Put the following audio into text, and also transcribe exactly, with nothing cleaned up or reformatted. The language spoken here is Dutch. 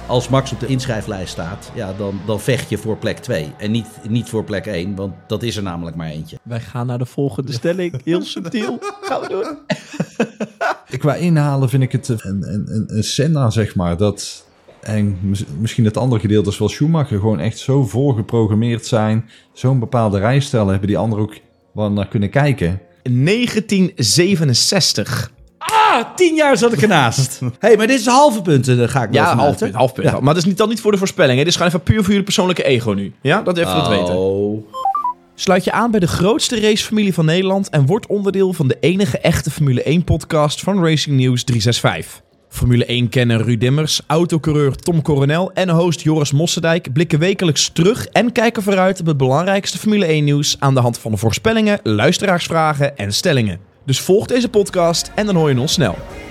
als Max op de inschrijflijst staat, ja, dan, dan vecht je voor plek twee. En niet, niet voor plek één, want dat is er namelijk maar eentje. Wij gaan naar de volgende stelling. Heel subtiel. Gaan we doen. Qua inhalen vind ik het een, een, een, een Senna, zeg maar. Dat, en misschien het andere gedeelte is wel Schumacher. Gewoon echt zo voorgeprogrammeerd zijn. Zo'n bepaalde rijstijl hebben die anderen ook wel naar kunnen kijken. negentien zevenenzestig. Ah, tien jaar zat ik ernaast. Hé, hey, maar dit is halve punten, daar ga ik wel Ja, vanuit, half punt, hè? half punt. Ja. Maar dat is niet, dan niet voor de voorspelling. Hè? Dit is gewoon even puur voor jullie persoonlijke ego nu. Ja, dat even het weten. Oh. Sluit je aan bij de grootste racefamilie van Nederland en word onderdeel van de enige echte Formule één podcast van Racing News driehonderdzesenzestig. Formule één-kenner Ruud Dimmers, autocoureur Tom Coronel en host Joris Mossendijk blikken wekelijks terug en kijken vooruit op het belangrijkste Formule één nieuws aan de hand van de voorspellingen, luisteraarsvragen en stellingen. Dus volg deze podcast en dan hoor je ons snel.